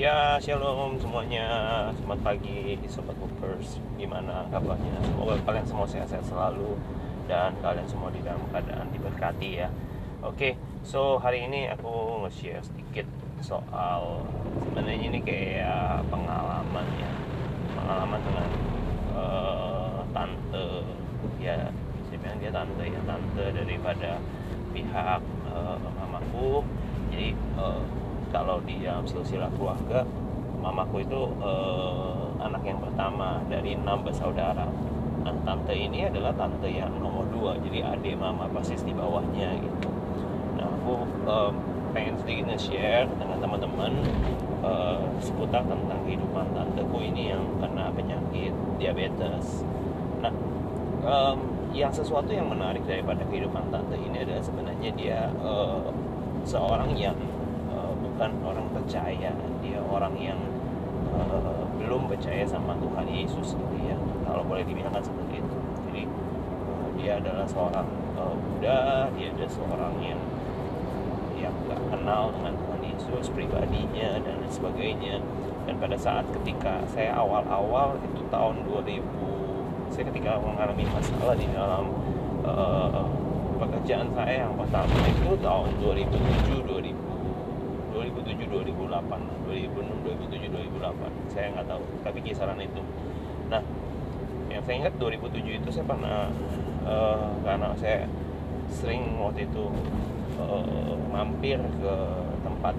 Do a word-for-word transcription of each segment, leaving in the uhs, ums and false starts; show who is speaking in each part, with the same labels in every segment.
Speaker 1: Ya, shalom semuanya. Selamat pagi Sobat Bookers. Gimana kabarnya? Semoga kalian semua sehat-sehat selalu dan kalian semua di dalam keadaan diberkati ya. Oke, so hari ini aku nge-share sedikit soal, sebenarnya ini kayak pengalaman ya. Pengalaman dengan uh, tante ya, saya bilang dia tante ya, tante daripada pihak uh, mamaku. Jadi uh, kalau di dalam silsilah keluarga, mamaku itu eh, anak yang pertama dari enam bersaudara. Nah, tante ini adalah tante yang nomor dua, jadi adik mama persis di bawahnya gitu. Nah, aku eh, pengen sedikit nge-share dengan teman-teman eh, seputar tentang kehidupan tanteku ini yang kena penyakit diabetes. Nah, eh, yang sesuatu yang menarik daripada kehidupan tante ini adalah sebenarnya dia eh, seorang yang bukan orang percaya, dia orang yang uh, belum percaya sama Tuhan Yesus gitu ya, kalau boleh dibilangkan seperti itu. Jadi uh, dia adalah seorang uh, Buddha, dia adalah seorang yang yang gak kenal dengan Tuhan Yesus pribadinya dan lain sebagainya. Dan pada saat ketika saya awal-awal itu tahun dua ribu, saya ketika mengalami masalah di dalam uh, pekerjaan saya yang pertama itu tahun dua ribu tujuh dua ribu dua ribu tujuh dua ribu delapan dua ribu enam dua ribu tujuh dua ribu delapan, saya nggak tahu, tapi kisaran itu. Nah, yang saya ingat dua ribu tujuh itu saya pernah uh, karena saya sering waktu itu uh, mampir ke tempat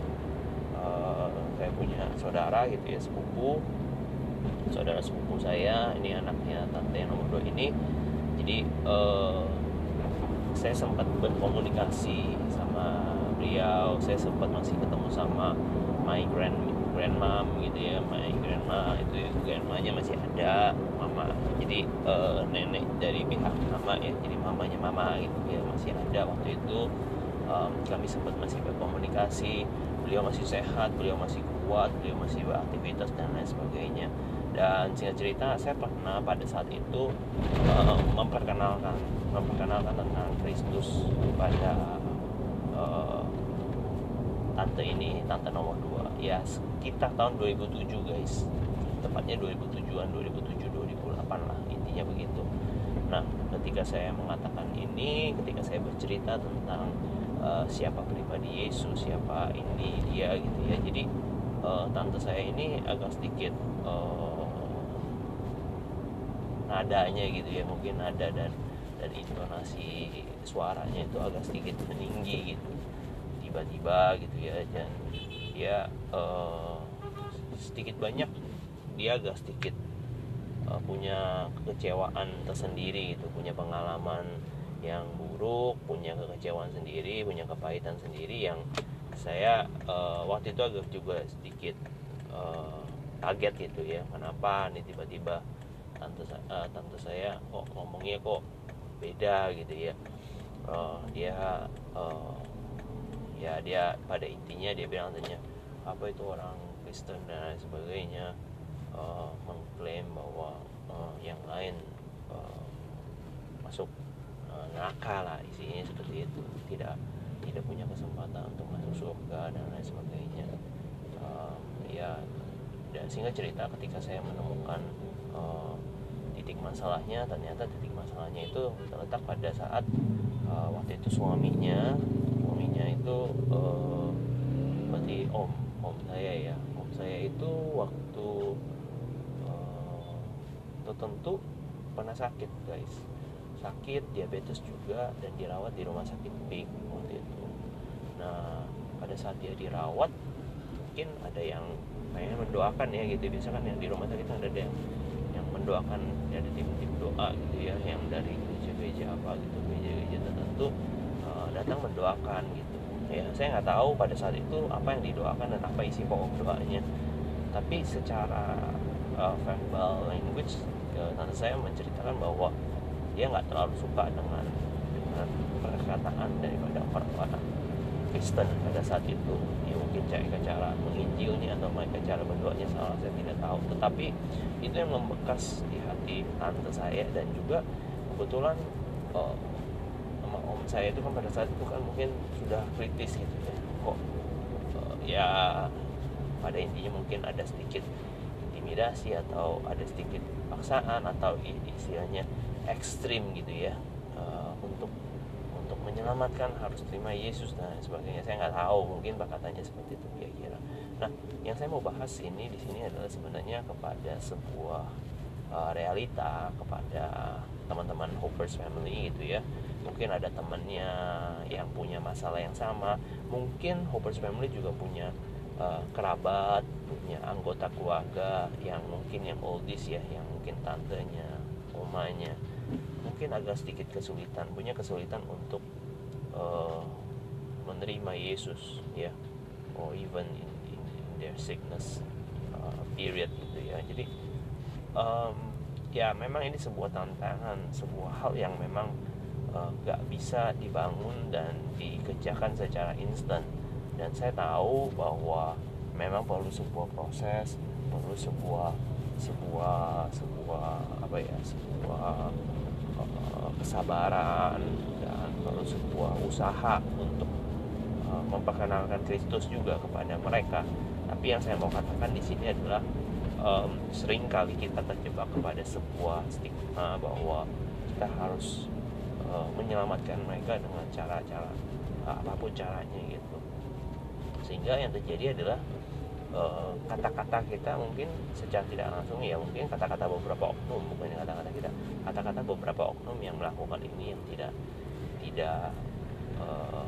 Speaker 1: uh, saya punya saudara gitu ya, sepupu saudara sepupu saya, ini anaknya tante yang nomor dua ini. Jadi uh, saya sempat berkomunikasi sama beliau, saya sempat masih ketemu sama my grand grandmom gitu ya, my grandma itu grandmanya masih ada, mama jadi uh, nenek dari pihak mama ya, jadi mamanya mama gitu ya masih ada waktu itu. Um, kami sempat masih berkomunikasi, beliau masih sehat, beliau masih kuat, beliau masih beraktivitas dan lain sebagainya. Dan singkat cerita, saya pernah pada saat itu uh, memperkenalkan memperkenalkan tentang Kristus kepada uh, tante ini, tante nomor dua ya, sekitar tahun dua ribu tujuh guys, tepatnya dua ribu tujuh-an, dua ribu tujuh dua ribu delapan lah, intinya begitu. Nah, ketika saya mengatakan ini, ketika saya bercerita tentang uh, siapa pribadi Yesus, siapa ini dia gitu ya, jadi uh, tante saya ini agak sedikit uh, nadanya gitu ya, mungkin nada dan dan intonasi suaranya itu agak sedikit meninggi gitu, tiba-tiba gitu ya, dan dia uh, sedikit banyak dia agak sedikit uh, punya kekecewaan tersendiri gitu, punya pengalaman yang buruk, punya kekecewaan sendiri, punya kepahitan sendiri yang saya uh, waktu itu agak juga sedikit uh, kaget gitu ya, kenapa nih tiba-tiba tante uh, tante saya kok ngomongnya kok beda gitu ya. Uh, dia uh, ya dia pada intinya dia bilang tanya apa itu orang Kristen dan lain sebagainya, uh, mengklaim bahwa uh, yang lain uh, masuk uh, neraka lah, isinya seperti itu, tidak tidak punya kesempatan untuk masuk surga dan lain sebagainya. Uh, ya dan sehingga cerita ketika saya menemukan uh, titik masalahnya, ternyata titik masalahnya itu terletak pada saat uh, waktu itu suaminya suaminya itu uh, seperti om om saya ya om saya itu waktu uh, tertentu pernah sakit guys, sakit diabetes juga dan dirawat di rumah sakit P I K waktu itu. Nah, pada saat dia dirawat mungkin ada yang pengen mendoakan ya gitu, biasa kan yang di rumah sakit ada yang yang mendoakan ya, ada tim-tim doa gitu ya, yang dari gereja-gereja apa gitu, gereja-gereja tertentu uh, datang mendoakan gitu ya. Saya nggak tahu pada saat itu apa yang didoakan dan apa isi pokok doanya, tapi secara uh, verbal language uh, tante saya menceritakan bahwa dia nggak terlalu suka dengan dengan perkataan daripada orang-orang Kristen pada saat itu ya, mungkin cara cara menginjilnya atau mereka cara berdoanya salah, saya tidak tahu, tetapi itu yang membekas di hati tante saya. Dan juga kebetulan uh, sama om saya itu kan pada saat itu kan mungkin sudah kritis gitu ya, kok uh, ya pada intinya mungkin ada sedikit intimidasi atau ada sedikit paksaan atau istilahnya ekstrim gitu ya, uh, untuk untuk menyelamatkan harus terima Yesus dan sebagainya. Saya nggak tahu, mungkin katanya seperti itu kira-kira. Nah, yang saya mau bahas ini di sini adalah sebenarnya kepada sebuah uh, realita, kepada teman-teman Hoppers Family gitu ya. Mungkin ada temannya yang punya masalah yang sama, mungkin Hoppers Family juga punya uh, kerabat, punya anggota keluarga yang mungkin yang oldies ya, yang mungkin tantenya, omanya, mungkin agak sedikit kesulitan, punya kesulitan untuk uh, menerima Yesus ya, or even in, in, in their sickness uh, period gitu ya. Jadi um, ya memang ini sebuah tantangan, sebuah hal yang memang uh, gak bisa dibangun dan dikerjakan secara instan. Dan saya tahu bahwa memang perlu sebuah proses, perlu sebuah sebuah sebuah apa ya, sebuah uh, kesabaran, dan perlu sebuah usaha untuk uh, memperkenalkan Kristus juga kepada mereka. Tapi yang saya mau katakan di sini adalah um, sering kali kita terjebak kepada sebuah stigma bahwa kita harus uh, menyelamatkan mereka dengan cara-cara uh, apapun caranya gitu. Sehingga yang terjadi adalah uh, kata-kata kita mungkin secara tidak langsung ya, mungkin kata-kata beberapa oknum, bukan kata-kata kita, kata-kata beberapa oknum yang melakukan ini yang tidak tidak uh,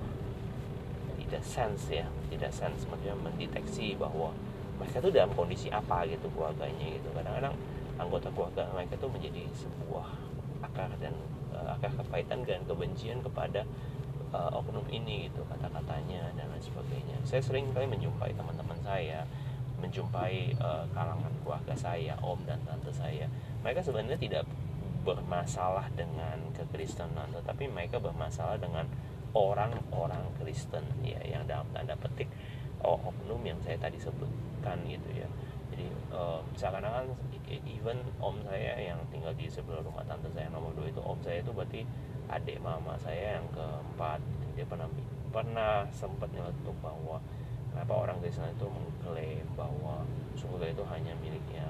Speaker 1: tidak sense ya, tidak sense, maksudnya mendeteksi bahwa mereka tuh dalam kondisi apa gitu keluarganya gitu. Kadang-kadang anggota keluarga mereka tuh menjadi sebuah akar dan uh, akar kepahitan dan kebencian kepada uh, oknum ini gitu, kata-katanya dan lain sebagainya. Saya sering kali menjumpai teman-teman saya, menjumpai uh, kalangan keluarga saya, om dan tante saya. Mereka sebenarnya tidak bermasalah dengan kekristenan, tetapi mereka bermasalah dengan orang-orang Kristen ya, yang dalam tanda petik oh, oknum yang saya tadi sebutkan gitu ya. Jadi um, seakan-akan even om saya yang tinggal di sebelah rumah tante saya nomor dua itu, om saya itu berarti adik mama saya yang keempat. Dia pernah pernah sempat nyeletuk bahwa kenapa orang Kristen itu mengklaim bahwa surga itu hanya miliknya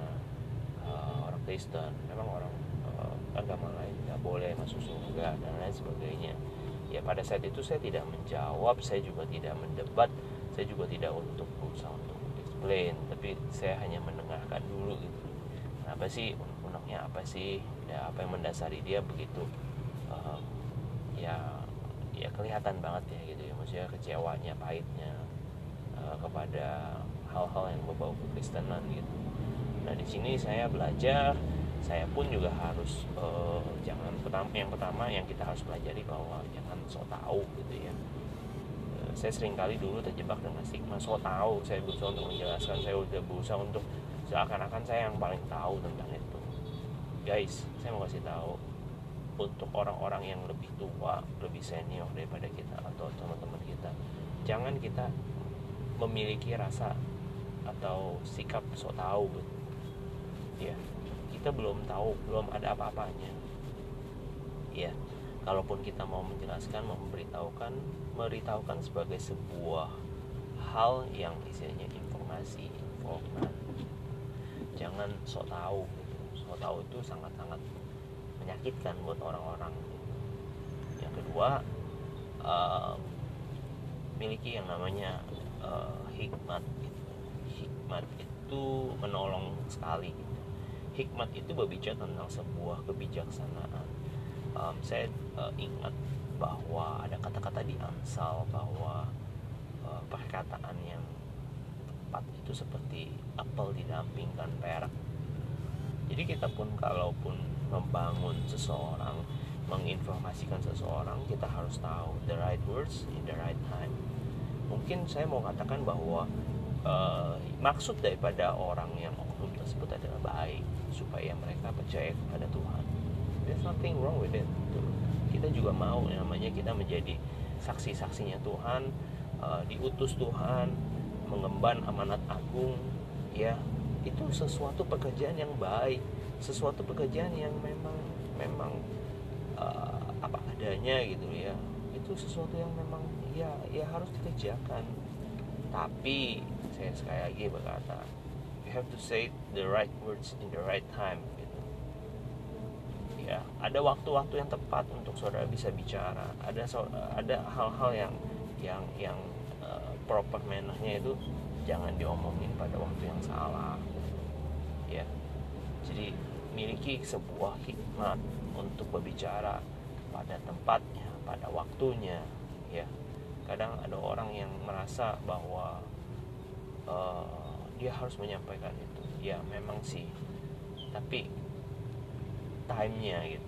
Speaker 1: uh, orang Kristen, memang orang uh, agama lain nggak boleh masuk surga dan lain sebagainya. Ya pada saat itu saya tidak menjawab, saya juga tidak mendebat, saya juga tidak untuk berusaha untuk explain, tapi saya hanya mendengarkan dulu gitu. Kenapa sih, unek-uneknya apa sih, ya apa yang mendasari dia begitu uh, ya ya kelihatan banget ya gitu ya, maksudnya kecewanya, pahitnya uh, kepada hal-hal yang berbau kekristenan gitu. Nah di sini saya belajar, saya pun juga harus uh, jangan pertama yang pertama yang kita harus pelajari bahwa jangan sok tahu gitu ya. Uh, saya sering kali dulu terjebak dengan stigma sok tahu. Saya berusaha untuk menjelaskan, saya udah berusaha untuk seakan-akan saya yang paling tahu tentang itu. Guys, saya mau kasih tahu untuk orang-orang yang lebih tua, lebih senior daripada kita atau teman-teman kita, jangan kita memiliki rasa atau sikap sok tahu gitu. Ya, kita belum tahu, belum ada apa-apanya. Ya, kalaupun kita mau menjelaskan, mau memberitahukan, memberitahukan sebagai sebuah hal yang istilahnya informasi, informan. Jangan sok tahu. Sok tahu itu sangat-sangat menyakitkan buat orang-orang. Yang kedua, uh, miliki yang namanya uh, hikmat. Hikmat itu menolong sekali. Hikmat itu berbicara tentang sebuah kebijaksanaan. Um, saya uh, ingat bahwa ada kata-kata di Amsal bahwa uh, perkataan yang tepat itu seperti apel didampingkan perak. Jadi kita pun kalaupun membangun seseorang, menginformasikan seseorang, kita harus tahu the right words in the right time. Mungkin saya mau katakan bahwa uh, maksud daripada orang yang oknum tersebut adalah baik, supaya mereka percaya kepada Tuhan. There's nothing wrong with it. Kita juga mau namanya kita menjadi saksi-saksinya Tuhan, uh, diutus Tuhan, mengemban amanat agung, ya itu sesuatu pekerjaan yang baik, sesuatu pekerjaan yang memang memang uh, apa adanya gitu ya. Itu sesuatu yang memang ya ya harus dikerjakan. Tapi saya sekali lagi berkata, you have to say the right words in the right time gitu. Ya, ada waktu-waktu yang tepat untuk saudara bisa bicara. Ada ada hal-hal yang yang yang uh, proper manner-nya itu jangan diomongin pada waktu yang salah. Ya. Jadi miliki sebuah hikmat untuk berbicara pada tempatnya, pada waktunya, ya. Kadang ada orang yang merasa bahwa uh, dia harus menyampaikan itu. Ya, memang sih. Tapi time-nya gitu.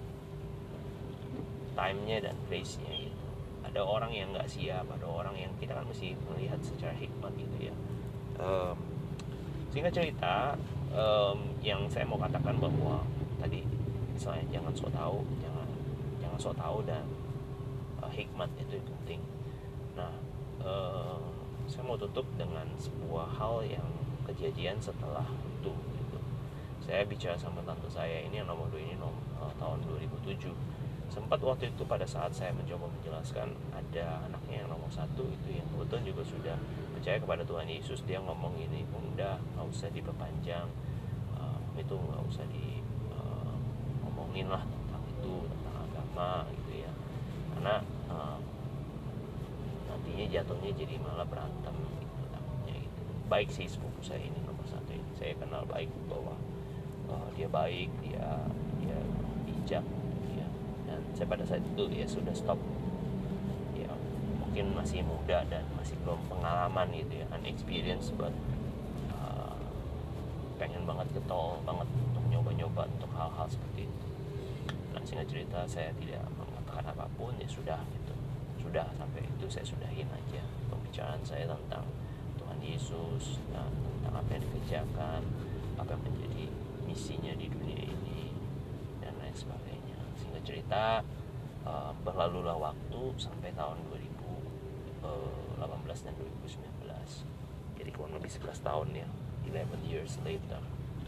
Speaker 1: Time-nya dan place-nya gitu. Ada orang yang nggak siap, ada orang yang kita kan mesti melihat secara hikmat gitu ya. Um, singkat cerita, um, yang saya mau katakan bahwa tadi misalnya jangan sok tahu, jangan jangan sok tahu dan uh, hikmat itu penting. Nah, uh, saya mau tutup dengan sebuah hal yang kejadian setelah itu. Gitu. Saya bicara sama tante saya ini yang nomor dua ini nom, uh, tahun dua ribu tujuh. Sempat waktu itu pada saat saya mencoba menjelaskan, ada anaknya yang nomor satu itu yang kebetulan juga sudah percaya kepada Tuhan Yesus. Dia ngomong gini, udah nggak usah diperpanjang, uh, itu nggak usah di uh, ngomongin lah tentang itu, tentang agama gitu ya, karena uh, nantinya jatuhnya jadi malah berantem gitu, takutnya gitu. Baik sih sepupu saya ini nomor satu ini, saya kenal baik bahwa uh, dia baik, dia dia bijak. Saya pada saat itu ya sudah stop, ya mungkin masih muda dan masih belum pengalaman gitu ya, unexperienced, but uh, pengen banget getol banget untuk nyoba-nyoba untuk hal-hal seperti itu. Nah, singkat cerita saya tidak mengatakan apapun, ya sudah gitu, sudah sampai itu saya sudahin aja pembicaraan saya tentang Tuhan Yesus dan tentang apa yang dikerjakan, apa yang menjadi misinya di dunia ini dan lain sebagainya. Singkat cerita, uh, berlalulah waktu sampai tahun dua ribu delapan belas dan dua ribu sembilan belas. Jadi kurang lebih sebelas tahun ya, eleven years later.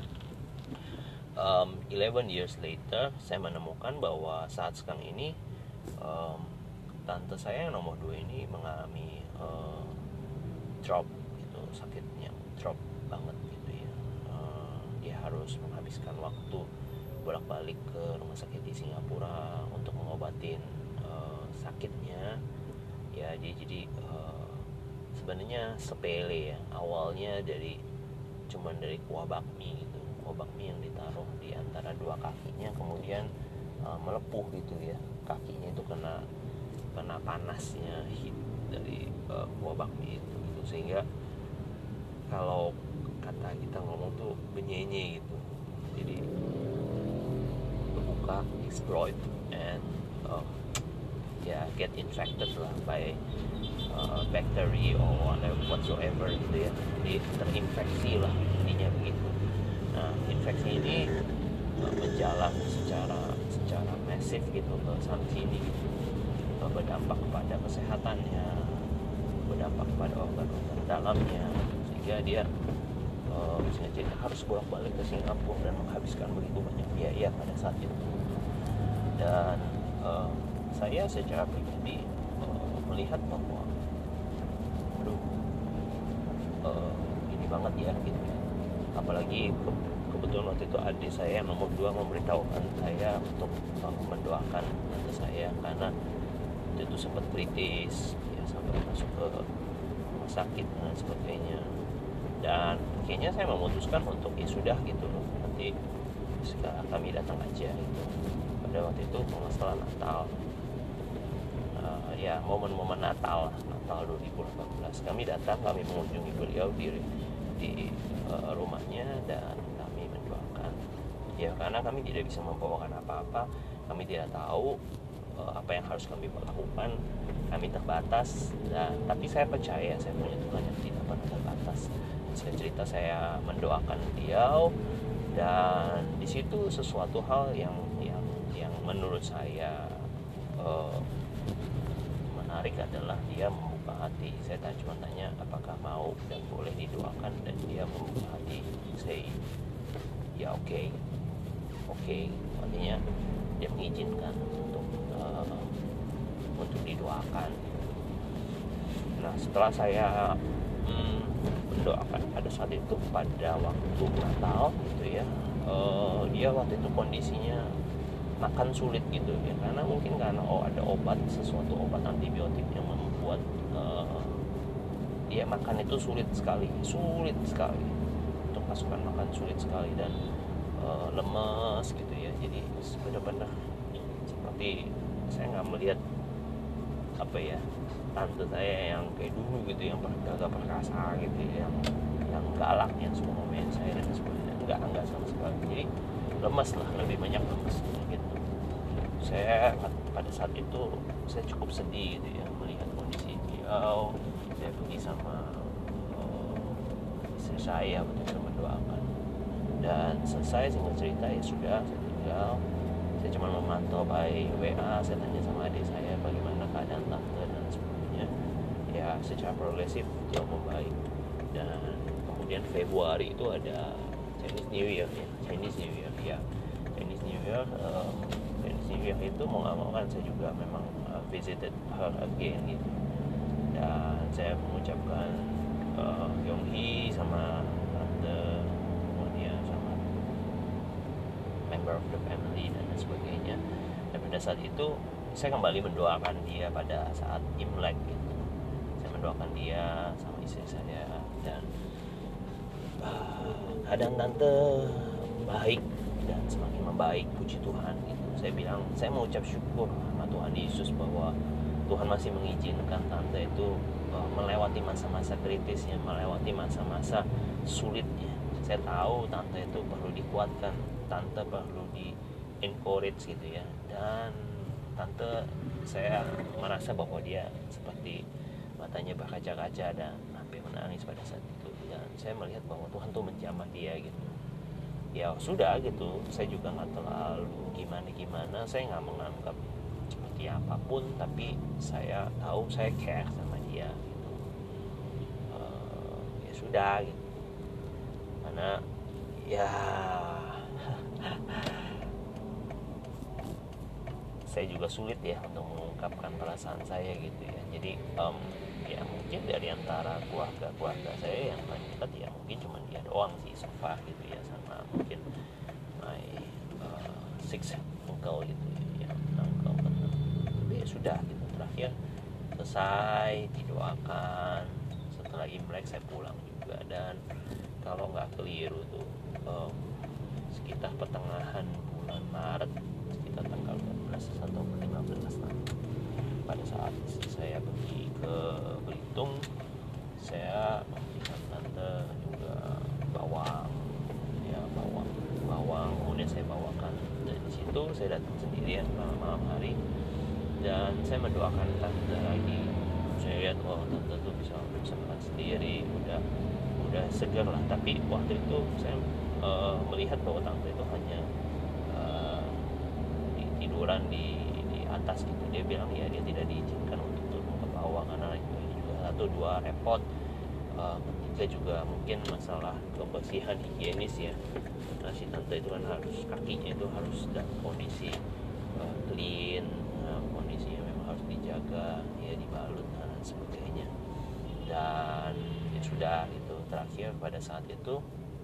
Speaker 1: Um, eleven years later, saya menemukan bahwa saat sekarang ini um, tante saya yang nomor dua ini mengalami uh, drop gitu, sakitnya drop banget gitu ya. Uh, dia harus menghabiskan waktu bolak-balik ke rumah sakit di Singapura untuk mengobatin uh, sakitnya. Ya, dia jadi uh, sebenarnya sepele ya. Awalnya dari cuman dari kuah bakmi gitu, kuah bakmi yang ditaruh di antara dua kakinya, kemudian uh, melepuh gitu ya. Kakinya itu kena kena panasnya heat dari uh, kuah bakmi itu gitu. Sehingga kalau kata kita ngomong tuh benyenye gitu. Jadi exploit and uh, ya yeah, get infected lah by uh, bacteria or whatever whatsoever gitu ya, jadi terinfeksi lah intinya begitu. Nah, infeksi ini uh, menjalar secara secara masif gitu ke sana sini gitu, uh, berdampak kepada kesehatannya, berdampak kepada organ-organ dalamnya, sehingga dia uh, misalnya jadi harus bolak-balik ke Singapura dan menghabiskan begitu banyak biaya pada saat itu. Dan uh, saya secara pribadi uh, melihat bahwa aduh uh, ini banget ya gitu ya. Apalagi ke, kebetulan waktu itu adik saya yang nomor dua memberitahukan saya untuk uh, mendoakan tante saya, karena itu sempat kritis ya, sampai masuk ke rumah sakit dan sebagainya. Dan kayaknya saya memutuskan untuk ya sudah gitu loh, nanti sekarang kami datang aja gitu. Pada waktu itu setelah Natal, uh, ya momen-momen Natal Natal dua ribu delapan belas, kami datang, kami mengunjungi beliau di di uh, rumahnya dan kami mendoakan ya, karena kami tidak bisa membawakan apa-apa, kami tidak tahu uh, apa yang harus kami lakukan, kami terbatas. Dan tapi saya percaya saya punya Tuhan yang tidak pernah terbatas. Saya cerita saya mendoakan beliau, dan di situ sesuatu hal yang yang yang menurut saya uh, menarik adalah dia membuka hati. Saya cuma tanya apakah mau dan boleh didoakan, dan dia membuka hati. Saya ya oke okay. oke okay. Artinya dia mengizinkan untuk uh, untuk didoakan. Nah, setelah saya hmm, mendoakan pada saat itu pada waktu Natal gitu ya. Uh, dia waktu itu kondisinya makan sulit gitu ya, karena mungkin karena oh ada obat, sesuatu obat antibiotik yang membuat uh, dia makan itu sulit sekali, sulit sekali untuk asupan makan sulit sekali dan uh, lemes gitu ya. Jadi benar-benar seperti saya nggak melihat apa ya tante saya yang kayak dulu gitu, yang gagah perkasa gitu ya, yang yang galak, yang suka ngomongin saya dan sebagainya. Enggak, enggak sama sekali. Jadi lemas lah, lebih banyak lemas gitu. Saya pada saat itu saya cukup sedih gitu ya melihat kondisi beliau. Saya pergi sama uh, istri saya untuk mendoakan, dan selesai singkat cerita ya sudah, saya tinggal. Saya cuma memantau by W A, saya tanya sama adik saya bagaimana keadaan tante dan sebagainya. Ya secara progresif jauh membaik. Dan kemudian Februari itu ada Chinese New Year ya, Chinese New Year ya, Chinese New Year. Uh, Chinese New Year itu mau nggak mau kan saya juga memang uh, visited her again gitu. Dan saya mengucapkan uh, Yonghi sama tante, kemudian sama member of the family dan sebagainya. Dan pada saat itu saya kembali mendoakan dia pada saat Imlek gitu. Saya mendoakan dia sama istri saya, dan uh, keadaan tante baik dan semakin membaik, puji Tuhan gitu. Saya bilang, saya mau ucap syukur sama Tuhan Yesus bahwa Tuhan masih mengizinkan tante itu uh, melewati masa-masa kritisnya, melewati masa-masa sulitnya. Saya tahu tante itu perlu dikuatkan, tante perlu di encourage gitu ya. Dan tante, saya merasa bahwa dia seperti matanya berkaca-kaca dan hampir menangis pada saat itu. Dan saya melihat bahwa Tuhan tuh menjamah dia gitu. Ya sudah gitu, saya juga nggak terlalu gimana-gimana, saya nggak menganggap seperti apapun, tapi saya tahu saya care sama dia gitu. Uh, ya sudah gitu, karena ya saya juga sulit ya untuk mengungkapkan perasaan saya gitu ya. Jadi um, ya mungkin dari antara keluarga-keluarga saya yang paling dekat ya mungkin cuma dia doang sih so far gitu ya, sama mungkin my uh, six uncle gitu ya, uncle uncle. Tapi ya sudah gitu, terakhir selesai didoakan. Setelah Imlek saya pulang juga, dan kalau nggak keliru tuh um, sekitar pertengahan bulan Maret, sekitar tanggal empat belas atau lima belas nanti, pada saat saya pergi ke Belitung, saya memberikan tante juga bawang ya, bawang bawang kemudian saya bawakan dari situ. Saya datang sendirian malam-malam hari, dan saya mendoakan tante lagi. Saya lihat oh tante tuh bisa bisa makan sendiri, udah udah segar lah. Tapi waktu itu saya uh, melihat bahwa tante itu hanya uh, tiduran di di atas gitu. Dia bilang ya dia tidak diizinkan untuk turun ke bawah karena itu juga satu dua repot, uh, ketiga juga mungkin masalah kebersihan higienis ya. Nah, si tante itu kan harus kakinya itu harus dalam kondisi uh, clean, nah, kondisinya memang harus dijaga ya, dibalut dan sebagainya. Dan ya sudah gitu, terakhir pada saat itu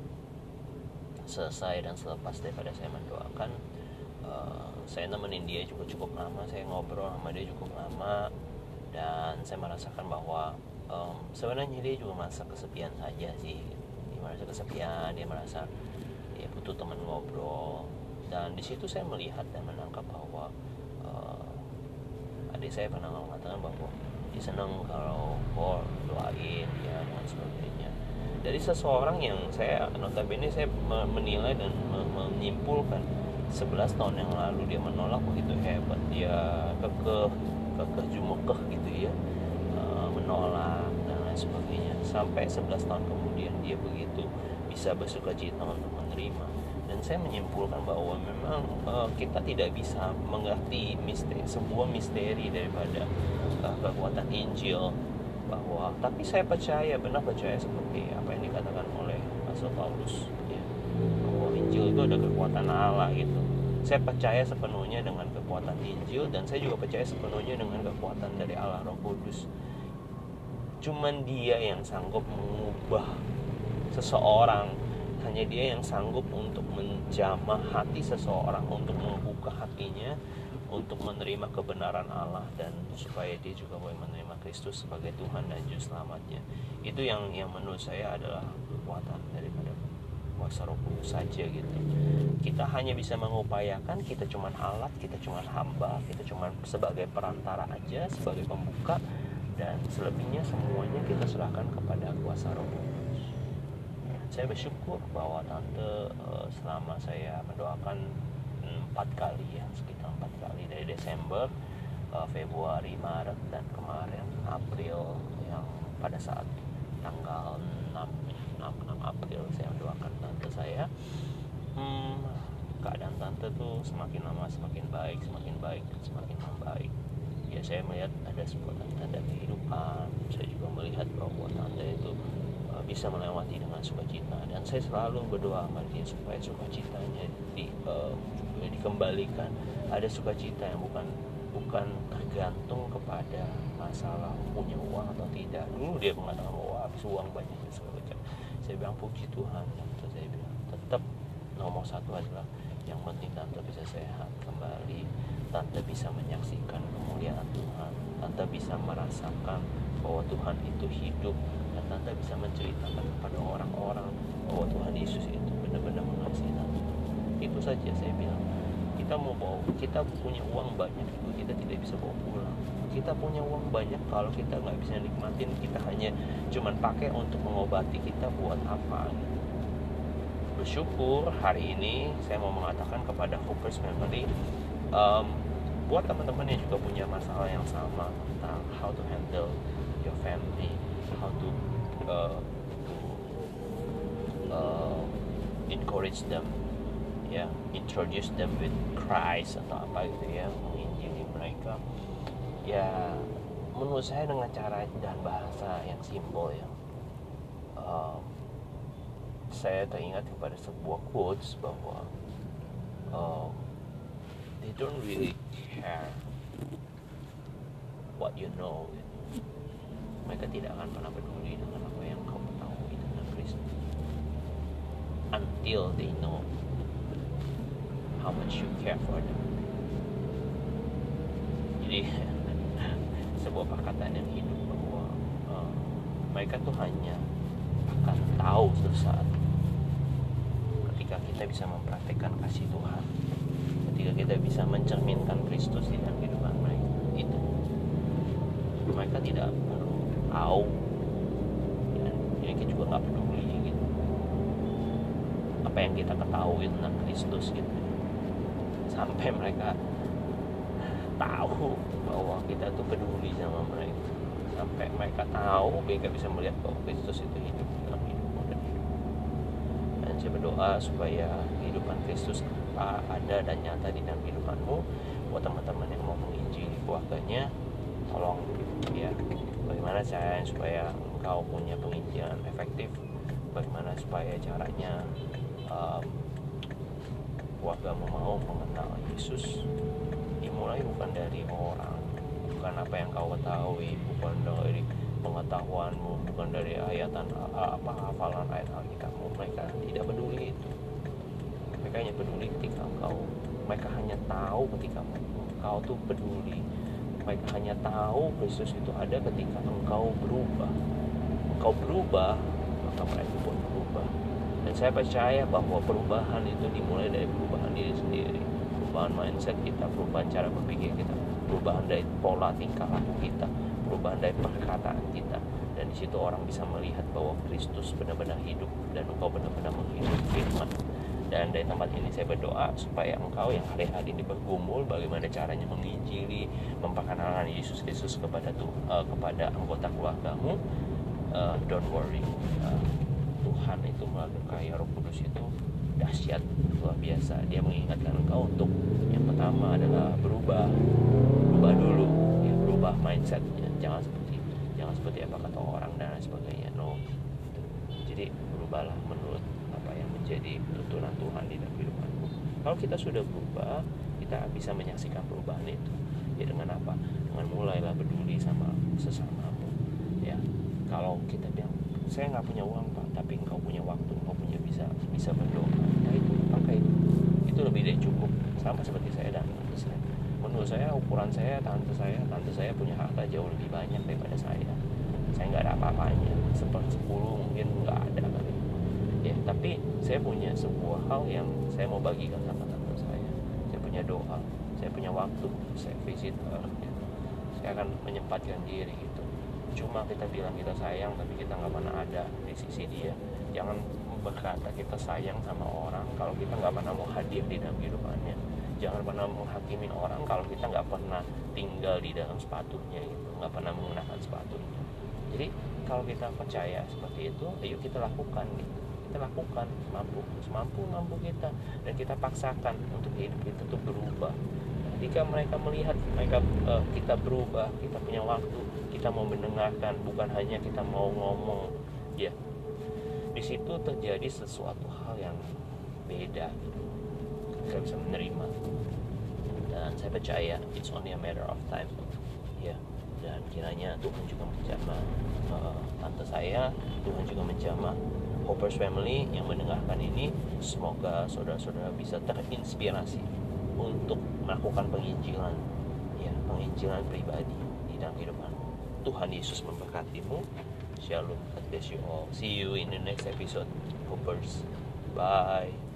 Speaker 1: selesai dan selepas daripada saya mendoakan, uh, saya nemenin dia juga cukup lama, saya ngobrol sama dia cukup lama, dan saya merasakan bahwa um, sebenarnya dia juga merasa kesepian saja sih. Dia merasa kesepian, dia merasa ya butuh teman ngobrol. Dan di situ saya melihat dan menangkap bahwa uh, adik saya pernah mengatakan bahwa dia senang kalau Paul doain ya dan sebagainya. Dari seseorang yang saya notabene saya menilai dan menyimpulkan sebelas tahun yang lalu dia menolak begitu hebat, dia kekeh kekeh jumekeh gitu ya, uh, menolak dan lain sebagainya, sampai sebelas tahun kemudian dia begitu bisa bersukacita untuk menerima. Dan saya menyimpulkan bahwa memang uh, kita tidak bisa mengerti misteri, sebuah misteri daripada uh, kekuatan Injil, bahwa tapi saya percaya, benar percaya seperti apa yang dikatakan oleh Rasul Paulus ya, bahwa Injil itu ada kekuatan Allah gitu. Saya percaya sepenuhnya dengan kekuatan Injil, dan saya juga percaya sepenuhnya dengan kekuatan dari Allah Roh Kudus. Cuman dia yang sanggup mengubah seseorang. Hanya dia yang sanggup untuk menjamah hati seseorang, untuk membuka hatinya untuk menerima kebenaran Allah, dan supaya dia juga boleh menerima Kristus sebagai Tuhan dan Juru Selamatnya. Itu yang yang menurut saya adalah kekuatan daripada kuasa Roh Kudus saja gitu. Kita hanya bisa mengupayakan, kita cuma alat, kita cuma hamba, kita cuma sebagai perantara aja, sebagai pembuka, dan selebihnya semuanya kita serahkan kepada kuasa Roh Kudus. Saya bersyukur bahwa tante uh, selama saya mendoakan empat kali ya, sekitar empat kali dari Desember, uh, Februari, Maret, dan kemarin April, yang pada saat tanggal enam April saya mendoakan tante saya, hmm, keadaan tante tuh semakin lama semakin baik, semakin baik, dan semakin membaik. Ya, saya melihat ada sebuah tanda kehidupan. Saya juga melihat bahwa tante itu bisa melewati dengan sukacita, dan saya selalu berdoa sama dia supaya sukacitanya di, uh, dikembalikan. Ada sukacita yang bukan bukan tergantung kepada masalah punya uang atau tidak. Dulu dia mengatakan bahwa habis uang banyak dan segala macam. Saya bilang puji Tuhan, dan saya bilang tetap nomor satu adalah yang penting tante bisa sehat kembali, tante bisa menyaksikan kemuliaan Tuhan, tante bisa merasakan bahwa Tuhan itu hidup, dan tante bisa menceritakan kepada orang-orang bahwa Tuhan Yesus itu benar-benar mengasihi tante. Itu saja saya bilang. Kita mau bawa, kita punya uang banyak itu kita tidak bisa bawa pulang. Kita punya uang banyak, kalau kita nggak bisa nikmatin, kita hanya cuman pakai untuk mengobati, kita buat apa gitu. Bersyukur hari ini saya mau mengatakan kepada Hoppers Family, um, buat teman-teman yang juga punya masalah yang sama tentang how to handle your family, how to uh, to uh, encourage them, ya, yeah, introduce them with Christ atau apa gitu ya, menginjili mereka. Ya, menurut saya dengan cara dan bahasa yang simpel ya. Uh, saya teringat kepada sebuah quotes bahwa uh, they don't really care what you know. Mereka tidak akan pernah peduli dengan apa yang kau ketahui tentang Kristus until they know how much you care for them. Jadi sebuah perkataan yang hidup bahwa uh, mereka tuh hanya akan tahu suatu saat ketika kita bisa mempraktekkan kasih Tuhan, ketika kita bisa mencerminkan Kristus di dalam kehidupan mereka. Itu mereka tidak perlu tahu, dan mereka juga nggak peduli gitu apa yang kita ketahui tentang Kristus gitu, sampai mereka tahu bahwa kita tuh peduli sama mereka, sampai mereka tahu mereka bisa melihat bahwa Kristus itu hidup dalam hidupmu dan hidupmu. Dan saya berdoa supaya kehidupan Kristus ada dan nyata di dalam kehidupanmu. Buat teman-teman yang mau menginjili keluarganya, tolong ya, bagaimana caranya supaya engkau punya penginjilan efektif, bagaimana supaya caranya um, keluargamu mau mengenal Yesus. Dimulai bukan dari orang, bukan apa yang kau ketahui, bukan dari pengetahuanmu, bukan dari ayatan apa hafalan ayat Alkitabmu. Mereka tidak peduli itu. Mereka hanya peduli ketika engkau, mereka hanya tahu ketika engkau tuh peduli. Mereka hanya tahu Kristus itu ada ketika engkau berubah. Engkau berubah, maka mereka pun berubah. Dan saya percaya bahwa perubahan itu dimulai dari perubahan diri sendiri, perubahan mindset kita, perubahan cara berpikir kita, perubahan dari pola tingkah laku kita, perubahan dari perkataan kita. Dan di situ orang bisa melihat bahwa Kristus benar-benar hidup dan engkau benar-benar menghidupi firman. Dan dari tempat ini saya berdoa supaya engkau yang hari-hari ini bergumul bagaimana caranya menginjili, memperkenalkan Yesus Kristus kepada tu, uh, kepada anggota keluargamu. Uh, don't worry, uh, Tuhan itu melalui karya Roh Kudus itu dahsyat, luar biasa. Dia mengingatkan engkau untuk yang pertama adalah berubah, berubah dulu, ya, berubah mindsetnya. Jangan seperti jangan seperti apa kata orang dan sebagainya. No, jadi berubahlah menurut apa yang menjadi tuntunan Tuhan di dalam kehidupanmu. Kalau kita sudah berubah, kita bisa menyaksikan perubahan itu. Ya dengan apa? Dengan mulailah peduli sama sesamamu. Ya, Kalau kita bilang saya nggak punya uang Pak, tapi engkau punya waktu, engkau punya bisa bisa berdoa, nah itu pakai itu itu lebih dari cukup. Sama seperti saya dan tante saya. Menurut saya ukuran saya tante saya tante saya punya harta jauh lebih banyak daripada saya. Saya nggak ada apa-apanya, sepersepuluh mungkin nggak ada kali ya, tapi saya punya sebuah hal yang saya mau bagikan sama tante saya. Saya punya doa, saya punya waktu, saya visit her gitu. Saya akan menyempatkan diri gitu. Cuma kita bilang kita sayang tapi kita nggak pernah ada di sisi dia. Jangan berkata kita sayang sama orang kalau kita nggak pernah mau hadir di dalam kehidupannya. Jangan pernah menghakimin orang kalau kita nggak pernah tinggal di dalam sepatunya gitu, nggak pernah menggunakan sepatunya. Jadi kalau kita percaya seperti itu, ayo kita lakukan gitu. Kita lakukan mampu semampu mampu kita, dan kita paksakan untuk hidup kita tuh berubah. Ketika mereka melihat mereka uh, kita berubah, kita punya waktu, kita mau mendengarkan, bukan hanya kita mau ngomong ya, di situ terjadi sesuatu hal yang beda gitu. Kita bisa menerima, dan saya percaya it's only a matter of time ya. Dan kiranya Tuhan juga menjamah uh, tante saya, Tuhan juga menjamah Hoppers Family yang mendengarkan ini. Semoga saudara-saudara bisa terinspirasi untuk melakukan penginjilan ya, penginjilan pribadi di dalam kehidupan. Tuhan Yesus memberkatimu. Shalom, God bless you all. See you in the next episode, Hoppers. Bye.